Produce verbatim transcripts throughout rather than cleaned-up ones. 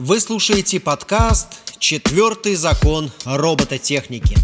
Вы слушаете подкаст «Четвертый закон робототехники».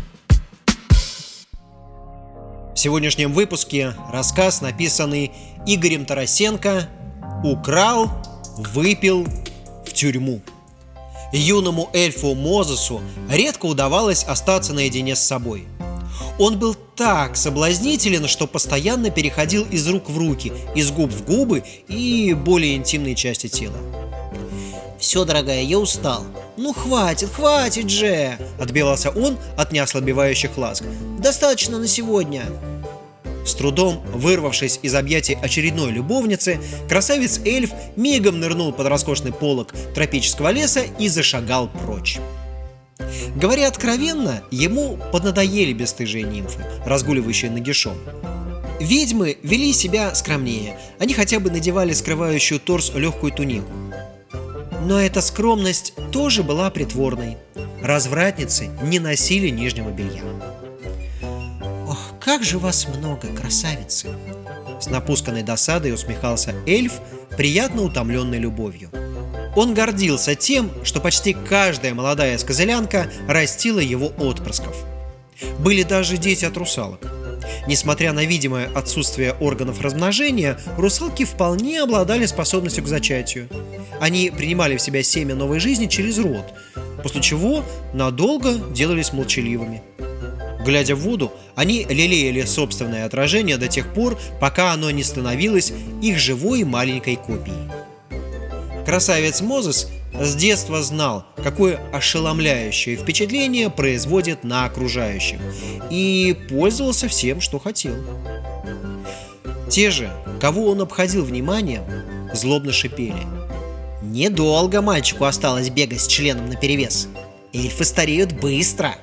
В сегодняшнем выпуске рассказ, написанный Игорем Тарасенко «Украл, выпил, в тюрьму». Юному эльфу Мозесу редко удавалось остаться наедине с собой. Он был так соблазнителен, что постоянно переходил из рук в руки, из губ в губы и более интимные части тела. «Все, дорогая, я устал. Ну хватит, хватит же!» – отбивался он от неослабевающих ласк. «Достаточно на сегодня!» С трудом вырвавшись из объятий очередной любовницы, красавец-эльф мигом нырнул под роскошный полог тропического леса и зашагал прочь. Говоря откровенно, ему поднадоели бесстыжие нимфы, разгуливающие нагишом. Ведьмы вели себя скромнее, они хотя бы надевали скрывающую торс легкую тунику. Но эта скромность тоже была притворной. Развратницы не носили нижнего белья. «Ох, как же вас много, красавицы!» С напусканной досадой усмехался эльф, приятно утомленный любовью. Он гордился тем, что почти каждая молодая сказелянка растила его отпрысков. Были даже дети от русалок. Несмотря на видимое отсутствие органов размножения, русалки вполне обладали способностью к зачатию. Они принимали в себя семя новой жизни через род, после чего надолго делались молчаливыми. Глядя в воду, они лелеяли собственное отражение до тех пор, пока оно не становилось их живой маленькой копией. Красавец Мозес с детства знал, какое ошеломляющее впечатление производит на окружающих, и пользовался всем, что хотел. Те же, кого он обходил вниманием, злобно шипели: «Недолго мальчику осталось бегать с членом наперевес. Эльфы стареют быстро».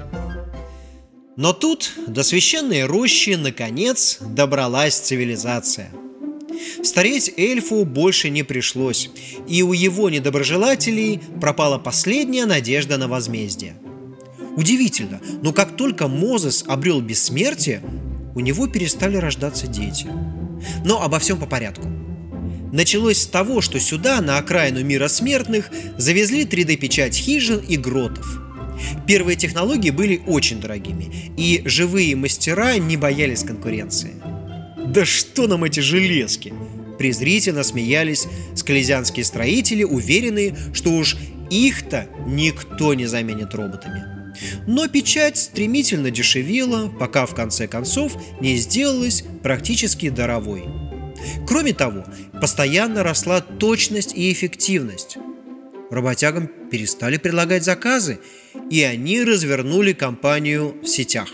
Но тут до священной рощи наконец добралась цивилизация. Стареть эльфу больше не пришлось, и у его недоброжелателей пропала последняя надежда на возмездие. Удивительно, но как только Мозес обрел бессмертие, у него перестали рождаться дети. Но обо всем по порядку. Началось с того, что сюда, на окраину мира смертных, завезли три дэ-печать хижин и гротов. Первые технологии были очень дорогими, и живые мастера не боялись конкуренции. «Да что нам эти железки?» – презрительно смеялись скалезианские строители, уверенные, что уж их-то никто не заменит роботами. Но печать стремительно дешевела, пока в конце концов не сделалась практически даровой. Кроме того, постоянно росла точность и эффективность. Работягам перестали предлагать заказы, и они развернули компанию в сетях.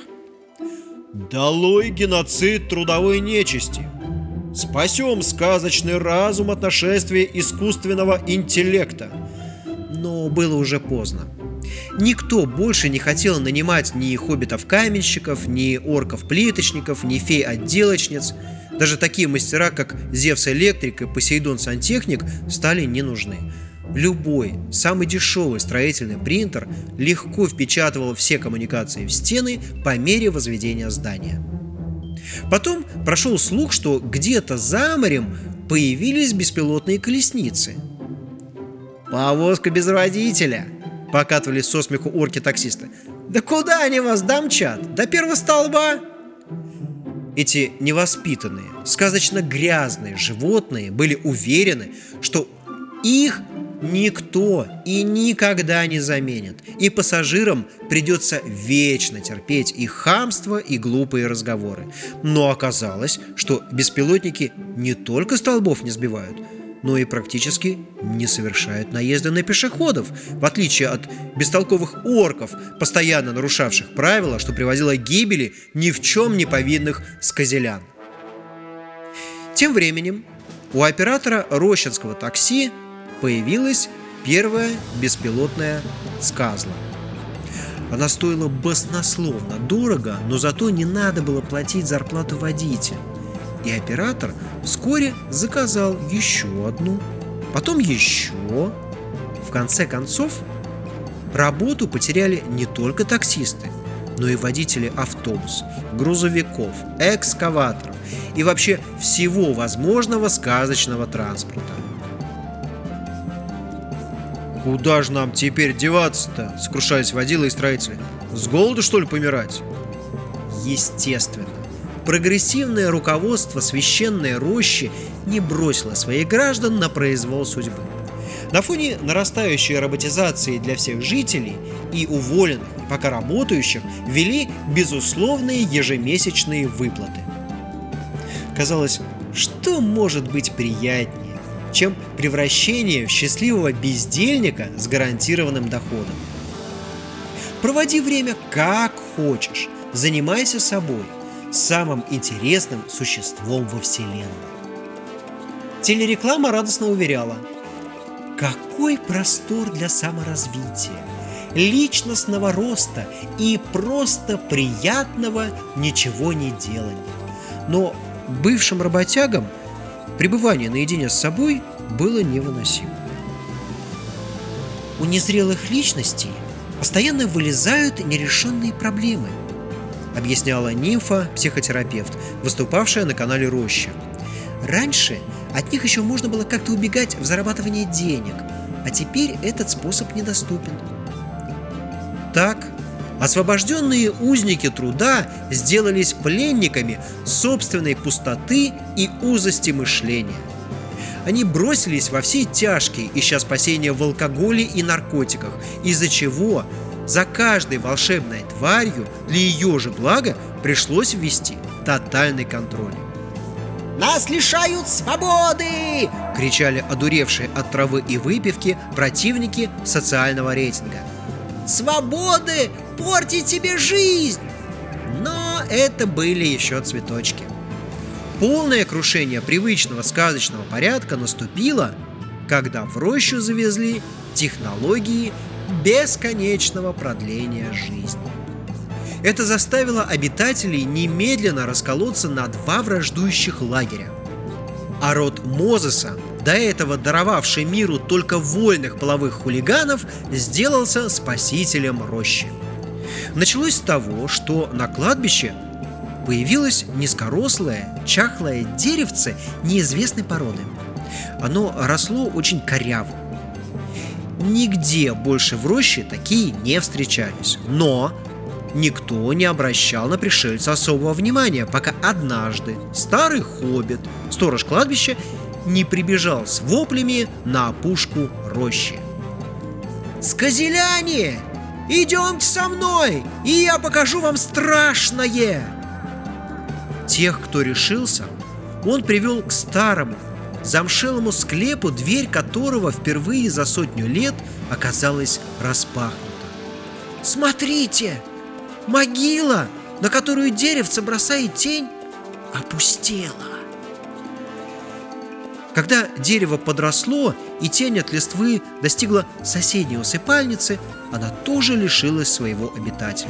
«Долой геноцид трудовой нечисти! Спасем сказочный разум от нашествия искусственного интеллекта!» Но было уже поздно. Никто больше не хотел нанимать ни хоббитов-каменщиков, ни орков-плиточников, ни фей-отделочниц. Даже такие мастера, как Зевс-электрик и Посейдон-сантехник, стали не нужны. Любой, самый дешевый строительный принтер легко впечатывал все коммуникации в стены по мере возведения здания. Потом прошел слух, что где-то за морем появились беспилотные колесницы. «Повозка без водителя!» – покатывались со смеху орки-таксисты. «Да куда они вас домчат? До первого столба!» Эти невоспитанные, сказочно грязные животные были уверены, что их никто и никогда не заменит, и пассажирам придется вечно терпеть их хамство и глупые разговоры. Но оказалось, что беспилотники не только столбов не сбивают, но и практически не совершают наезды на пешеходов, в отличие от бестолковых орков, постоянно нарушавших правила, что приводило к гибели ни в чем не повинных сказелян. Тем временем у оператора рощинского такси появилась первая беспилотная сказла. Она стоила баснословно дорого, но зато не надо было платить зарплату водителю. И оператор вскоре заказал еще одну, потом еще. В конце концов, работу потеряли не только таксисты, но и водители автобусов, грузовиков, экскаваторов и вообще всего возможного сказочного транспорта. «Куда же нам теперь деваться-то?» — сокрушались водилы и строители. «С голоду, что ли, помирать?» Естественно, прогрессивное руководство священной рощи не бросило своих граждан на произвол судьбы. На фоне нарастающей роботизации для всех жителей и уволенных, и пока работающих, ввели безусловные ежемесячные выплаты. Казалось, что может быть приятнее, чем превращение в счастливого бездельника с гарантированным доходом? Проводи время как хочешь, занимайся собой, самым интересным существом во Вселенной. Телереклама радостно уверяла: какой простор для саморазвития, личностного роста и просто приятного ничего не делания. Но бывшим работягам пребывание наедине с собой было невыносимо. У незрелых личностей постоянно вылезают нерешенные проблемы, объясняла нимфа, психотерапевт, выступавшая на канале «Роща». Раньше от них еще можно было как-то убегать в зарабатывание денег, а теперь этот способ недоступен. Так, освобожденные узники труда сделались пленниками собственной пустоты и узости мышления. Они бросились во все тяжкие, ища спасения в алкоголе и наркотиках, из-за чего за каждой волшебной тварью для ее же блага пришлось ввести тотальный контроль. «Нас лишают свободы!» — кричали одуревшие от травы и выпивки противники социального рейтинга. «Свободы портить тебе жизнь!» Но это были еще цветочки. Полное крушение привычного сказочного порядка наступило, когда в рощу завезли технологии бесконечного продления жизни. Это заставило обитателей немедленно расколоться на два враждующих лагеря. А род Мозеса, до этого даровавший миру только вольных половых хулиганов, сделался спасителем рощи. Началось с того, что на кладбище появилось низкорослое, чахлое деревце неизвестной породы. Оно росло очень коряво. Нигде больше в роще такие не встречались, но никто не обращал на пришельца особого внимания, пока однажды старый хоббит, сторож кладбища, не прибежал с воплями на опушку рощи. «Сказеляне, идемте со мной, и я покажу вам страшное!» Тех, кто решился, он привел к старому, замшелому склепу, дверь которого впервые за сотню лет оказалась распахнута. «Смотрите! Могила, на которую деревце бросает тень, опустела!» Когда дерево подросло и тень от листвы достигла соседней усыпальницы, она тоже лишилась своего обитателя.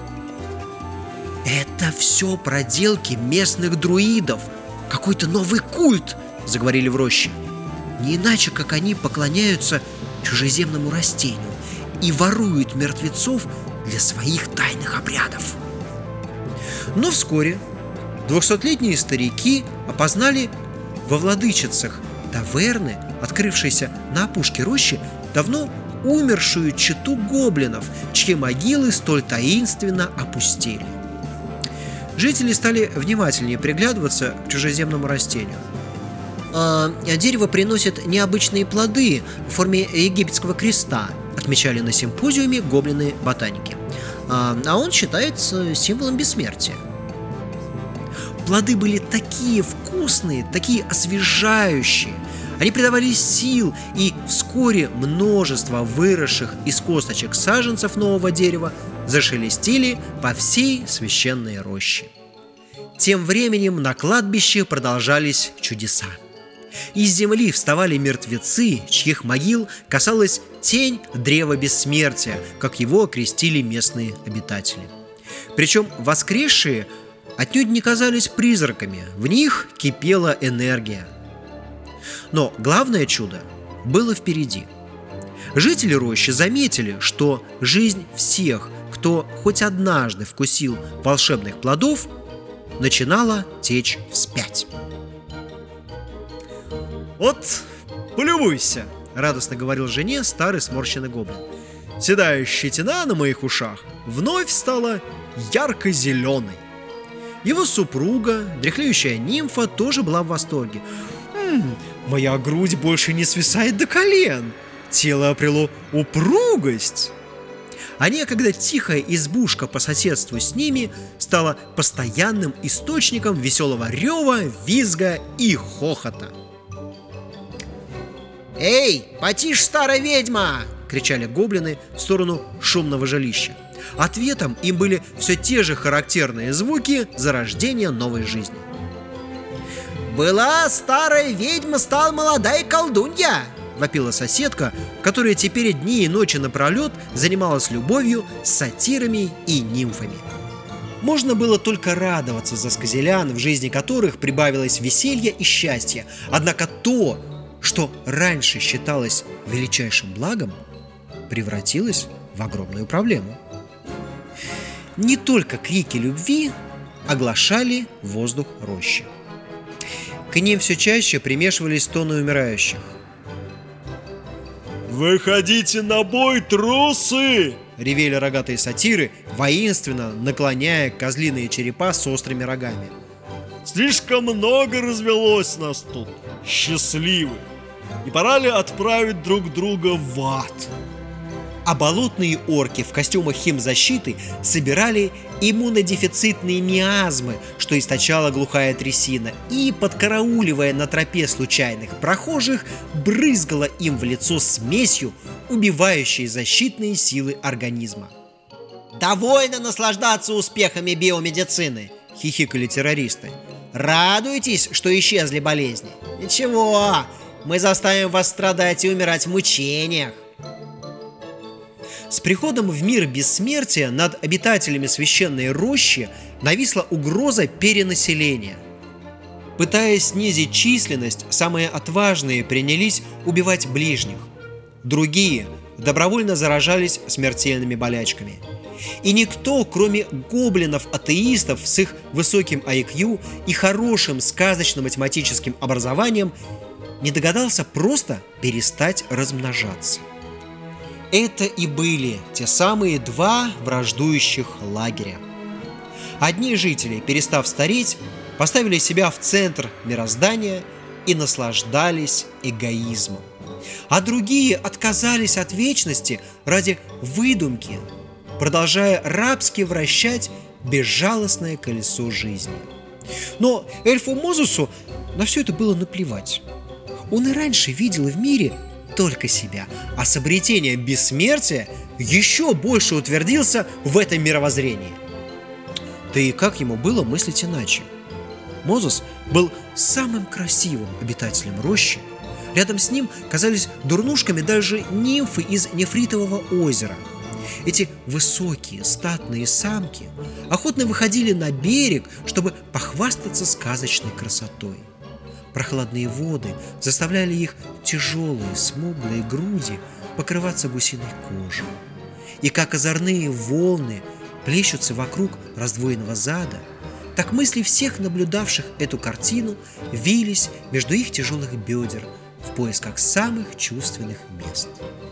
«Это все проделки местных друидов, какой-то новый культ», — заговорили в роще. «Не иначе, как они поклоняются чужеземному растению и воруют мертвецов для своих тайных обрядов». Но вскоре двухсотлетние старики опознали во владычицах таверны, открывшейся на опушке рощи, давно умершую чету гоблинов, чьи могилы столь таинственно опустели. Жители стали внимательнее приглядываться к чужеземному растению. «А, дерево приносит необычные плоды в форме египетского креста», отмечали на симпозиуме гоблины-ботаники. А, а он считается символом бессмертия. Плоды были такие вкусные, такие освежающие. Они придавали сил, и вскоре множество выросших из косточек саженцев нового дерева зашелестели по всей священной роще. Тем временем на кладбище продолжались чудеса. Из земли вставали мертвецы, чьих могил касалась тень древа бессмертия, как его окрестили местные обитатели. Причем воскресшие отнюдь не казались призраками, в них кипела энергия. Но главное чудо было впереди. Жители рощи заметили, что жизнь всех, кто хоть однажды вкусил волшебных плодов, начинала течь вспять. «Вот, полюбуйся!» — радостно говорил жене старый сморщенный гоблин. «Седая щетина на моих ушах вновь стала ярко-зеленой». Его супруга, дряхлеющая нимфа, тоже была в восторге. «М-м, моя грудь больше не свисает до колен, тело обрело упругость». А некогда тихая избушка по соседству с ними стала постоянным источником веселого рева, визга и хохота. «Эй, потише, старая ведьма!» — кричали гоблины в сторону шумного жилища. Ответом им были все те же характерные звуки зарождения новой жизни. «Была старая ведьма, стала молодая колдунья!» — вопила соседка, которая теперь дни и ночи напролет занималась любовью с сатирами и нимфами. Можно было только радоваться за сказелян, в жизни которых прибавилось веселье и счастье. Однако то, что раньше считалось величайшим благом, превратилось в огромную проблему. Не только крики любви оглашали воздух рощи. К ним все чаще примешивались стоны умирающих. «Выходите на бой, трусы!» — ревели рогатые сатиры, воинственно наклоняя козлиные черепа с острыми рогами. «Слишком много развелось нас тут, счастливых. Не пора ли отправить друг друга в ад?» А болотные орки в костюмах химзащиты собирали иммунодефицитные миазмы, что источала глухая трясина, и, подкарауливая на тропе случайных прохожих, брызгала им в лицо смесью, убивающей защитные силы организма. «Довольно наслаждаться успехами биомедицины!» — хихикали террористы. «Радуйтесь, что исчезли болезни! Ничего, мы заставим вас страдать и умирать в мучениях!» С приходом в мир бессмертия над обитателями священной рощи нависла угроза перенаселения. Пытаясь снизить численность, самые отважные принялись убивать ближних. Другие добровольно заражались смертельными болячками. И никто, кроме гоблинов-атеистов с их высоким ай кью и хорошим сказочно-математическим образованием, не догадался просто перестать размножаться. Это и были те самые два враждующих лагеря. Одни жители, перестав стареть, поставили себя в центр мироздания и наслаждались эгоизмом. А другие отказались от вечности ради выдумки, продолжая рабски вращать безжалостное колесо жизни. Но эльфу Мозусу на все это было наплевать. Он и раньше видел в мире только себя, а с обретением бессмертия еще больше утвердился в этом мировоззрении. Да и как ему было мыслить иначе? Мозус был самым красивым обитателем рощи. Рядом с ним казались дурнушками даже нимфы из Нефритового озера. Эти высокие, статные самки охотно выходили на берег, чтобы похвастаться сказочной красотой. Прохладные воды заставляли их тяжелые, смуглые груди покрываться гусиной кожей. И как озорные волны плещутся вокруг раздвоенного зада, так мысли всех наблюдавших эту картину вились между их тяжелых бедер в поисках самых чувственных мест.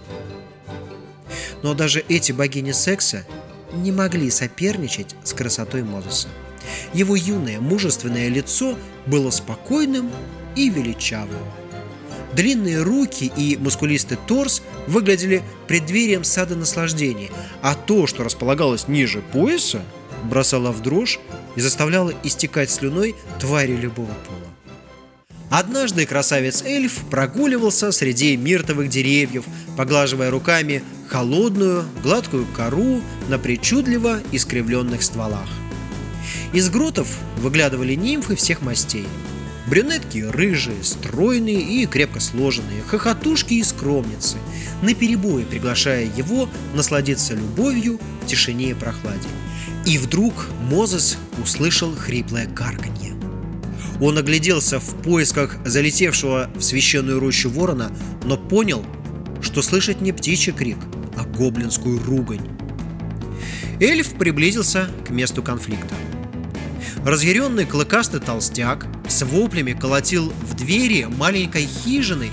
Но даже эти богини секса не могли соперничать с красотой Мозуса. Его юное, мужественное лицо было спокойным и величавым. Длинные руки и мускулистый торс выглядели преддверием сада наслаждений, а то, что располагалось ниже пояса, бросало в дрожь и заставляло истекать слюной твари любого пола. Однажды красавец-эльф прогуливался среди миртовых деревьев, поглаживая руками холодную, гладкую кору на причудливо искривленных стволах. Из гротов выглядывали нимфы всех мастей. Брюнетки рыжие, стройные и крепко сложенные, хохотушки и скромницы, наперебой приглашая его насладиться любовью в тишине и прохладе. И вдруг Мозес услышал хриплое карканье. Он огляделся в поисках залетевшего в священную рощу ворона, но понял, что слышит не птичий крик, а гоблинскую ругань. Эльф приблизился к месту конфликта. Разъяренный клыкастый толстяк с воплями колотил в двери маленькой хижины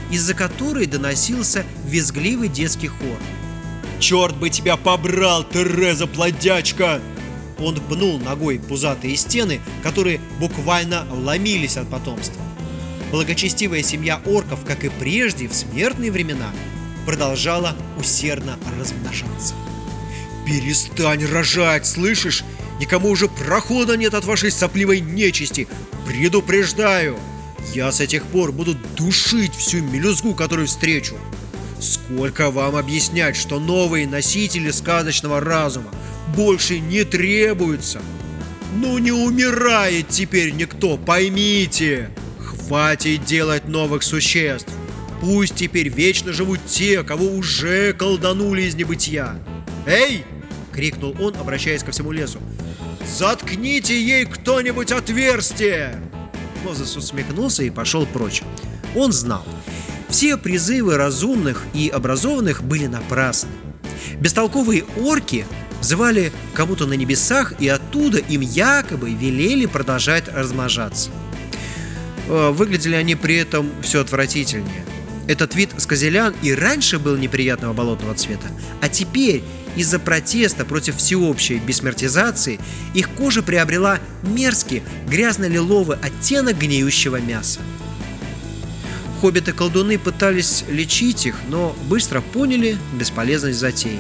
из-за которой доносился визгливый детский хор. «Черт бы тебя побрал, Тереза плодячка!» Он пнул ногой пузатые стены, которые буквально ломились от потомства. Благочестивая семья орков, как и прежде в смертные времена, продолжала усердно размножаться. «Перестань рожать, слышишь? Никому уже прохода нет от вашей сопливой нечисти. Предупреждаю, я с этих пор буду душить всю мелюзгу, которую встречу. Сколько вам объяснять, что новые носители сказочного разума больше не требуются? Ну не умирает теперь никто, поймите! Хватит делать новых существ. Пусть теперь вечно живут те, кого уже колданули из небытия. Эй!» — крикнул он, обращаясь ко всему лесу. «Заткните ей кто-нибудь отверстие!» Мозес усмехнулся и пошел прочь. Он знал, все призывы разумных и образованных были напрасны. Бестолковые орки взывали кому-то на небесах, и оттуда им якобы велели продолжать размножаться. Выглядели они при этом все отвратительнее. Этот вид сказелян и раньше был неприятного болотного цвета, а теперь из-за протеста против всеобщей бессмертизации их кожа приобрела мерзкий грязно-лиловый оттенок гниющего мяса. Хоббиты-колдуны пытались лечить их, но быстро поняли бесполезность затеи.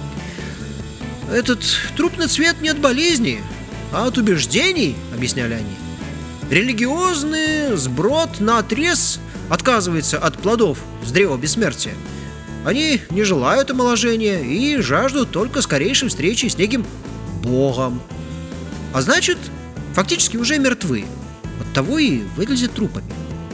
«Этот трупный цвет не от болезни, а от убеждений», — объясняли они. «Религиозный сброд наотрез отказывается от плодов с древа бессмертия. Они не желают омоложения и жаждут только скорейшей встречи с неким богом. А значит, фактически уже мертвы. Оттого и выглядят трупами».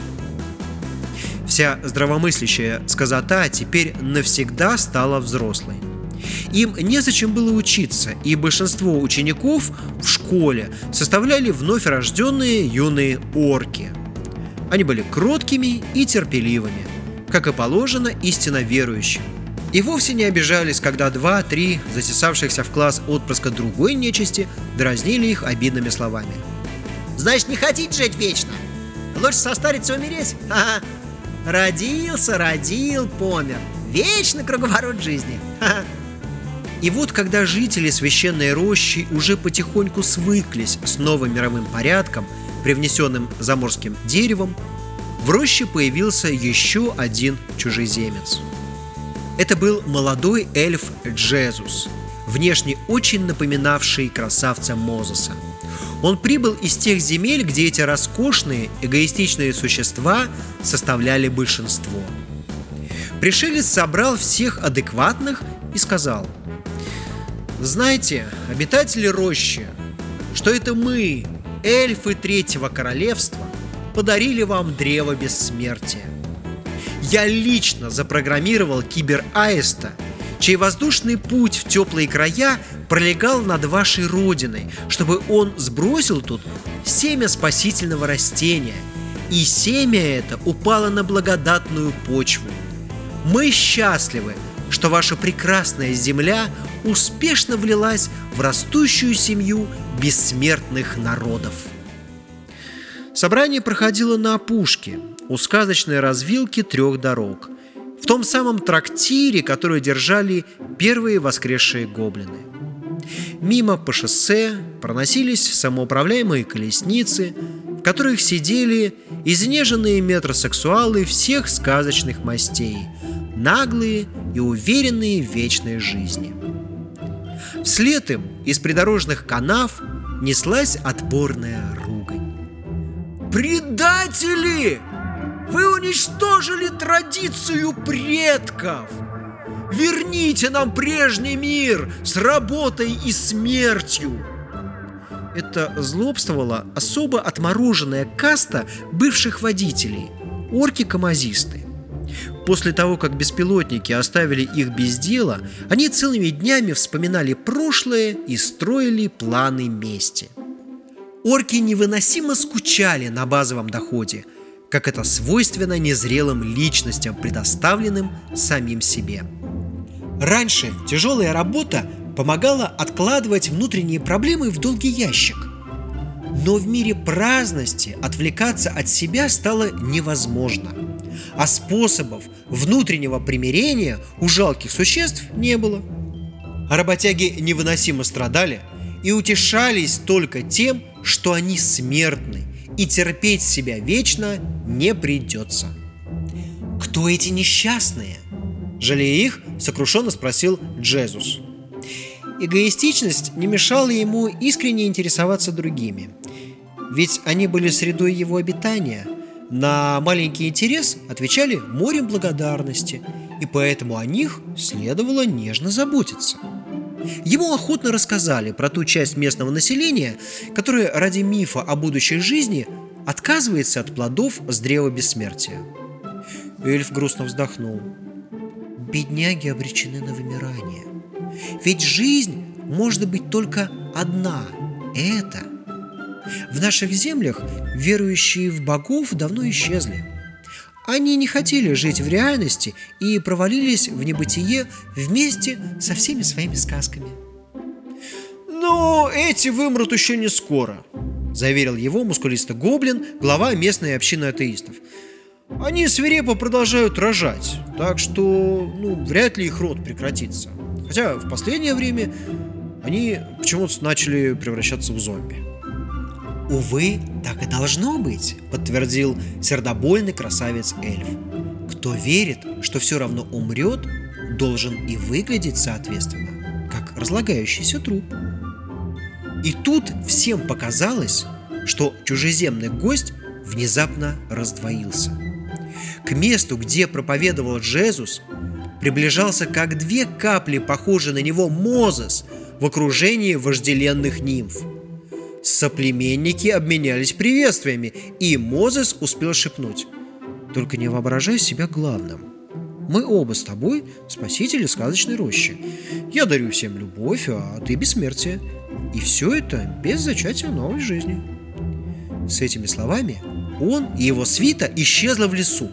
Вся здравомыслящая сказота теперь навсегда стала взрослой. Им незачем было учиться, и большинство учеников в школе составляли вновь рожденные юные орки. Они были кроткими и терпеливыми, как и положено истинно верующим, и вовсе не обижались, когда два-три затесавшихся в класс отпрыска другой нечисти дразнили их обидными словами. «Значит, не хотите жить вечно? Лучше состариться и умереть? Ага. Родился, родил, помер. Вечный круговорот жизни. Ха-ха». И вот, когда жители священной рощи уже потихоньку свыклись с новым мировым порядком, привнесенным заморским деревом, в роще появился еще один чужеземец. Это был молодой эльф Джезус, внешне очень напоминавший красавца Мозеса. Он прибыл из тех земель, где эти роскошные, эгоистичные существа составляли большинство. Пришелец собрал всех адекватных и сказал: «Знаете, обитатели рощи, что это мы, эльфы Третьего Королевства, подарили вам древо бессмертия. Я лично запрограммировал кибер-аиста, чей воздушный путь в теплые края пролегал над вашей родиной, чтобы он сбросил тут семя спасительного растения, и семя это упало на благодатную почву. Мы счастливы, что ваша прекрасная земля успешно влилась в растущую семью бессмертных народов». Собрание проходило на опушке, у сказочной развилки трех дорог, в том самом трактире, который держали первые воскресшие гоблины. Мимо по шоссе проносились самоуправляемые колесницы, в которых сидели изнеженные метросексуалы всех сказочных мастей, наглые и уверенные в вечной жизни. Вслед им из придорожных канав неслась отборная ругань. «Предатели! Вы уничтожили традицию предков! Верните нам прежний мир с работой и смертью!» Это злобствовала особо отмороженная каста бывших водителей – орки-камазисты. После того, как беспилотники оставили их без дела, они целыми днями вспоминали прошлое и строили планы мести. Орки невыносимо скучали на базовом доходе, как это свойственно незрелым личностям, предоставленным самим себе. Раньше тяжелая работа помогала откладывать внутренние проблемы в долгий ящик. Но в мире праздности отвлекаться от себя стало невозможно. а способов внутреннего примирения у жалких существ не было. А работяги невыносимо страдали и утешались только тем, что они смертны и терпеть себя вечно не придется. «Кто эти несчастные?» – жалея их, сокрушенно спросил Джезус. Эгоистичность не мешала ему искренне интересоваться другими, ведь они были средой его обитания. На маленький интерес отвечали морем благодарности, и поэтому о них следовало нежно заботиться. Ему охотно рассказали про ту часть местного населения, которая ради мифа о будущей жизни отказывается от плодов с древа бессмертия. Эльф грустно вздохнул. Бедняги обречены на вымирание. Ведь жизнь может быть только одна – это. В наших землях верующие в богов давно исчезли. Они не хотели жить в реальности и провалились в небытие вместе со всеми своими сказками. «Но эти вымрут еще не скоро», – заверил его мускулистый гоблин, глава местной общины атеистов. «Они свирепо продолжают рожать, так что ну, вряд ли их род прекратится. Хотя в последнее время они почему-то начали превращаться в зомби». «Увы, так и должно быть», — подтвердил сердобольный красавец-эльф. «Кто верит, что все равно умрет, должен и выглядеть соответственно, как разлагающийся труп». И тут всем показалось, что чужеземный гость внезапно раздвоился. К месту, где проповедовал Джезус, приближался как две капли похожий на него Мозес в окружении вожделенных нимф. Соплеменники обменялись приветствиями, и Мозес успел шепнуть: «Только не воображай себя главным. Мы оба с тобой спасители сказочной рощи. Я дарю всем любовь, а ты бессмертие. И все это без зачатия новой жизни». С этими словами он и его свита исчезла в лесу.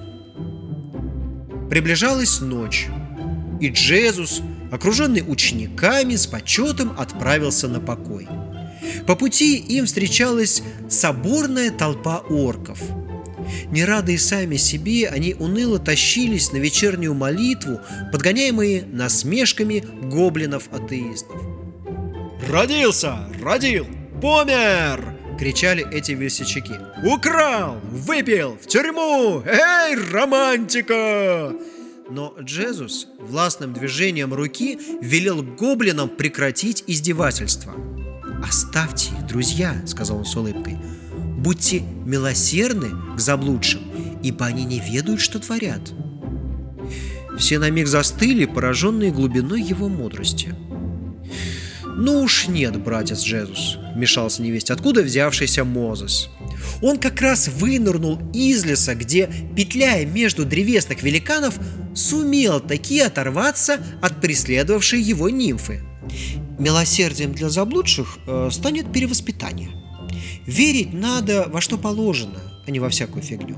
Приближалась ночь, и Джезус, окруженный учениками, с почетом отправился на покой. По пути им встречалась соборная толпа орков. Не радые сами себе, они уныло тащились на вечернюю молитву, подгоняемые насмешками гоблинов-атеистов. «Родился! Родил! Помер!» — кричали эти весельчаки. «Украл! Выпил! В тюрьму! Эй, романтика!» Но Джезус властным движением руки велел гоблинам прекратить издевательство. «Оставьте их, друзья», — сказал он с улыбкой. «Будьте милосердны к заблудшим, ибо они не ведают, что творят». Все на миг застыли, пораженные глубиной его мудрости. «Ну уж нет, братец Джезус», — вмешался невесть откуда взявшийся Мозес. Он как раз вынырнул из леса, где, петляя между древесных великанов, сумел таки оторваться от преследовавшей его нимфы. Милосердием для заблудших э, станет перевоспитание. Верить надо во что положено, а не во всякую фигню.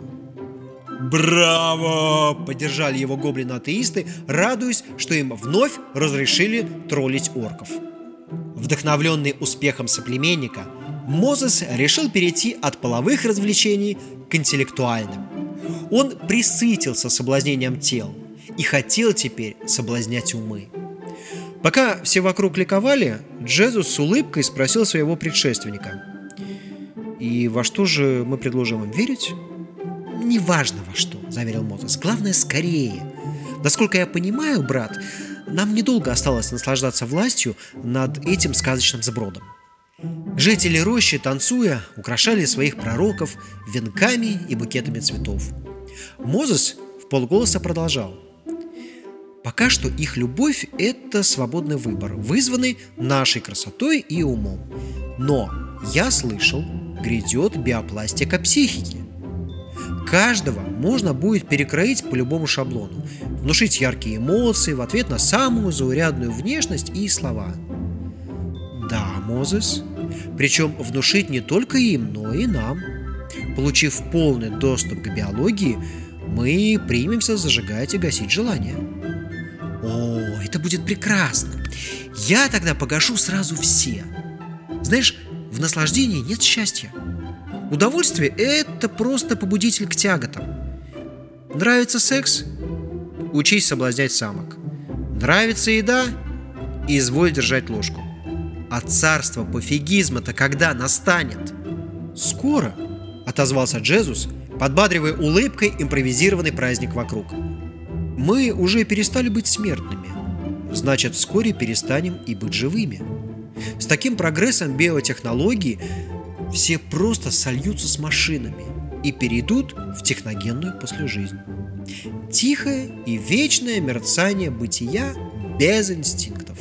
«Браво!» — поддержали его гоблины-атеисты, радуясь, что им вновь разрешили троллить орков. Вдохновленный успехом соплеменника, Мозес решил перейти от половых развлечений к интеллектуальным. Он пресытился соблазнением тел и хотел теперь соблазнять умы. Пока все вокруг ликовали, Джезус с улыбкой спросил своего предшественника: «И во что же мы предложим им верить?» «Неважно во что», — заверил Мозес. «Главное, скорее. Насколько я понимаю, брат, нам недолго осталось наслаждаться властью над этим сказочным сбродом». Жители рощи, танцуя, украшали своих пророков венками и букетами цветов. Мозес вполголоса продолжал: «Пока что их любовь – это свободный выбор, вызванный нашей красотой и умом. Но, я слышал, грядет биопластика психики. Каждого можно будет перекроить по любому шаблону, внушить яркие эмоции в ответ на самую заурядную внешность и слова». «Да, Мозес, причем внушить не только им, но и нам. Получив полный доступ к биологии, мы примемся зажигать и гасить желания». «О, это будет прекрасно! Я тогда погашу сразу все. Знаешь, в наслаждении нет счастья. Удовольствие – это просто побудитель к тяготам. Нравится секс? Учись соблазнять самок. Нравится еда? Изволь держать ложку. А царство пофигизма-то когда настанет? Скоро, отозвался Джезус, подбадривая улыбкой импровизированный праздник вокруг. Мы уже перестали быть смертными. Значит, вскоре перестанем и быть живыми. С таким прогрессом биотехнологий все просто сольются с машинами и перейдут в техногенную послежизнь. Тихое и вечное мерцание бытия без инстинктов.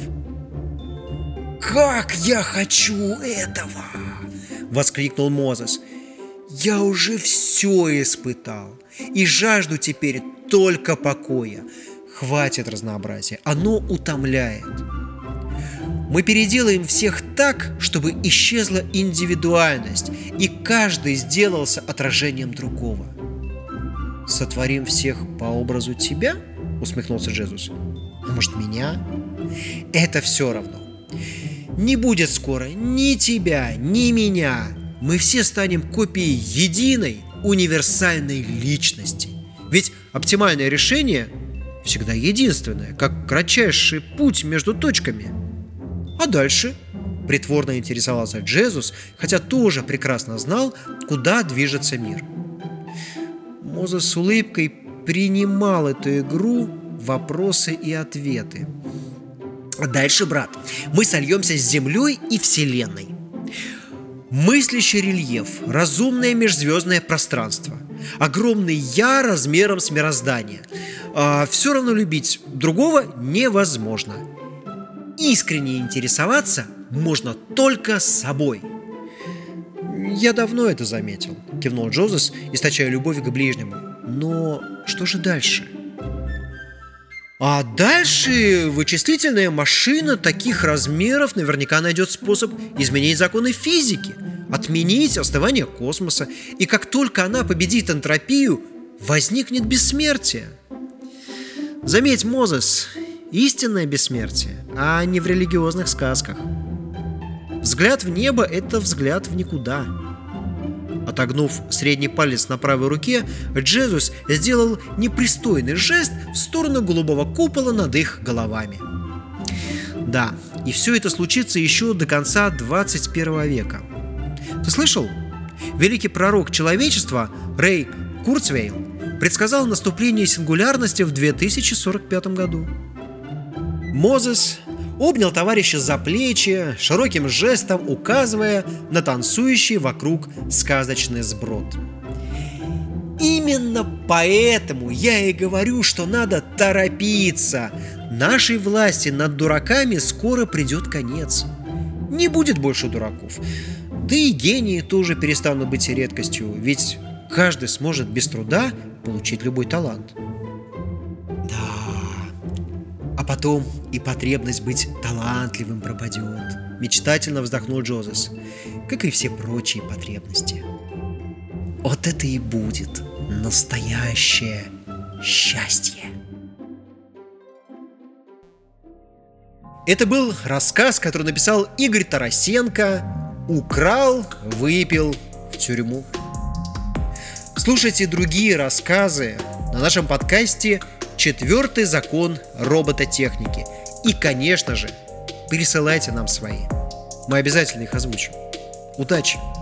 «Как я хочу этого!» — воскликнул Мозес. «Я уже все испытал и жажду теперь только покоя. Хватит разнообразия, оно утомляет. Мы переделаем всех так, чтобы исчезла индивидуальность, и каждый сделался отражением другого». «Сотворим всех по образу тебя?» — усмехнулся Джезус. «А может, меня?» «Это все равно. Не будет скоро ни тебя, ни меня. Мы все станем копией единой, универсальной личности. Ведь оптимальное решение всегда единственное, как кратчайший путь между точками». «А дальше?» – притворно интересовался Джезус, хотя тоже прекрасно знал, куда движется мир. Мозес с улыбкой принимал эту игру, вопросы и ответы. «Дальше, брат, мы сольемся с Землей и Вселенной. Мыслящий рельеф, разумное межзвездное пространство, огромный я размером с мироздание. А все равно любить другого невозможно. Искренне интересоваться можно только собой». «Я давно это заметил», — кивнул Джозес, источая любовь к ближнему. «Но что же дальше?» «А дальше вычислительная машина таких размеров наверняка найдет способ изменить законы физики, отменить остывание космоса, и как только она победит энтропию, возникнет бессмертие. Заметь, Мозес, истинное бессмертие, а не в религиозных сказках. Взгляд в небо – это взгляд в никуда». Отогнув средний палец на правой руке, Джезус сделал непристойный жест в сторону голубого купола над их головами. Да, и все это случится еще до конца двадцать первого века. Ты слышал? Великий пророк человечества Рэй Курцвейл предсказал наступление сингулярности в две тысячи сорок пятом году. Мозес обнял товарища за плечи, широким жестом указывая на танцующий вокруг сказочный сброд. «Именно поэтому я и говорю, что надо торопиться. Нашей власти над дураками скоро придет конец. Не будет больше дураков. Да и гении тоже перестанут быть редкостью, ведь каждый сможет без труда получить любой талант». «А потом и потребность быть талантливым пропадет», — мечтательно вздохнул Джозес, как и все прочие потребности. Вот это и будет настоящее счастье. Это был рассказ, который написал Игорь Тарасенко. «Украл, выпил в тюрьму». Слушайте другие рассказы на нашем подкасте «Четвертый закон робототехники». И, конечно же, пересылайте нам свои. Мы обязательно их озвучим. Удачи!